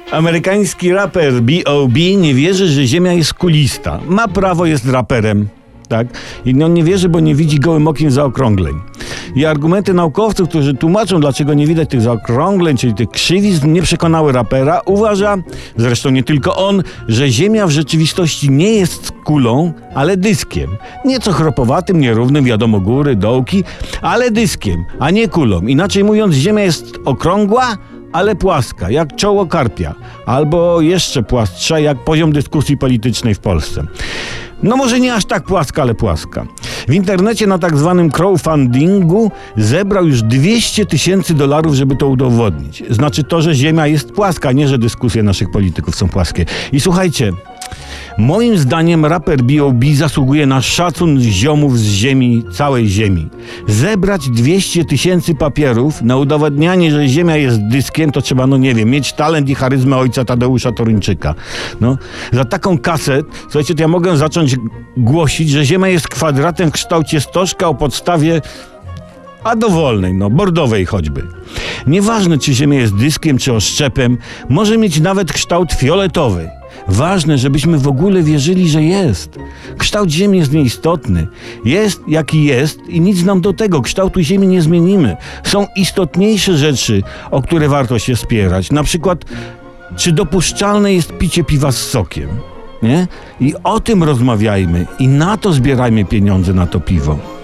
Amerykański raper B.O.B. nie wierzy, że Ziemia jest kulista. Ma prawo, jest raperem. Tak? I on nie wierzy, bo nie widzi gołym okiem zaokrągleń. I argumenty naukowców, którzy tłumaczą, dlaczego nie widać tych zaokrągleń, czyli tych krzywizn, nie przekonały rapera. Uważa, zresztą nie tylko on, że Ziemia w rzeczywistości nie jest kulą, ale dyskiem. Nieco chropowatym, nierównym, wiadomo, góry, dołki, ale dyskiem, a nie kulą. Inaczej mówiąc, Ziemia jest okrągła, ale płaska, jak czoło karpia. Albo jeszcze płastsza, jak poziom dyskusji politycznej w Polsce. No może nie aż tak płaska, ale płaska. W internecie na tak zwanym crowdfundingu zebrał już $200,000, żeby to udowodnić. Znaczy to, że Ziemia jest płaska, nie że dyskusje naszych polityków są płaskie. I słuchajcie, moim zdaniem raper B.O.B. zasługuje na szacun ziomów z ziemi, całej ziemi. Zebrać 200,000 papierów na udowadnianie, że Ziemia jest dyskiem, to trzeba, mieć talent i charyzmę ojca Tadeusza Toruńczyka. Za taką kasę, słuchajcie, to ja mogę zacząć głosić, że Ziemia jest kwadratem w kształcie stożka o podstawie dowolnej, bordowej choćby. Nieważne, czy Ziemia jest dyskiem, czy oszczepem, może mieć nawet kształt fioletowy. Ważne, żebyśmy w ogóle wierzyli, że jest. Kształt Ziemi jest nieistotny. Jest jaki jest i nic nam do tego. Kształtu Ziemi nie zmienimy. Są istotniejsze rzeczy, o które warto się spierać. Na przykład, czy dopuszczalne jest picie piwa z sokiem? Nie? I o tym rozmawiajmy i na to zbierajmy pieniądze na to piwo.